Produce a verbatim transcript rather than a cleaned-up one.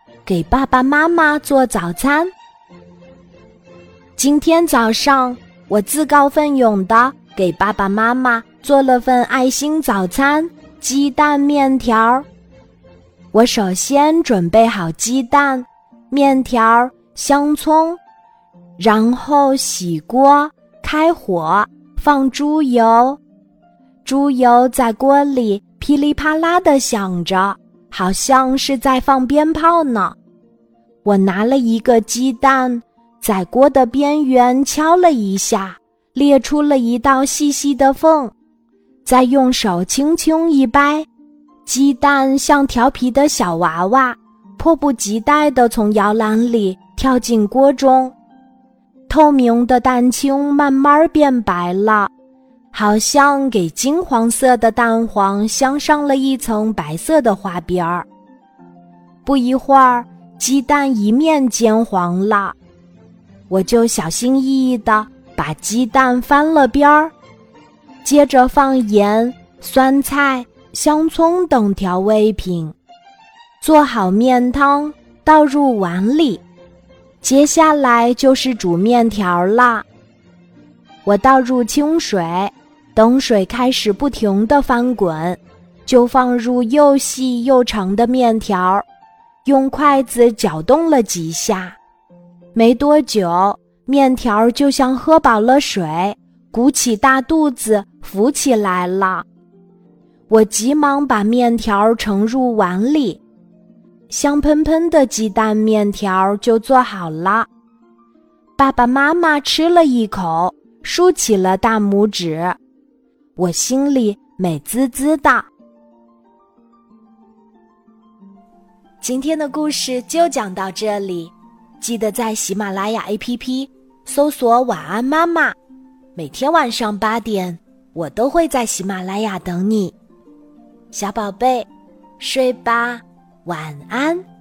给爸爸妈妈做早餐。今天早上，我自告奋勇地给爸爸妈妈做了份爱心早餐，鸡蛋面条。我首先准备好鸡蛋、面条、香葱，然后洗锅，开火，放猪油。猪油在锅里噼里啪啦地响着，好像是在放鞭炮呢。我拿了一个鸡蛋，在锅的边缘敲了一下，裂出了一道细细的缝，再用手轻轻一掰，鸡蛋像调皮的小娃娃，迫不及待地从摇篮里跳进锅中。透明的蛋清慢慢变白了，好像给金黄色的蛋黄镶上了一层白色的花边儿。不一会儿，鸡蛋一面煎黄了，我就小心翼翼地把鸡蛋翻了边儿，接着放盐、酸菜、香葱等调味品，做好面汤，倒入碗里。接下来就是煮面条啦。我倒入清水，等水开始不停地翻滚，就放入又细又长的面条，用筷子搅动了几下。没多久，面条就像喝饱了水，鼓起大肚子浮起来了。我急忙把面条盛入碗里，香喷喷的鸡蛋面条就做好了。爸爸妈妈吃了一口，竖起了大拇指，我心里美滋滋的。今天的故事就讲到这里，记得在喜马拉雅 A P P 搜索晚安妈妈，每天晚上八点，我都会在喜马拉雅等你。小宝贝，睡吧，晚安。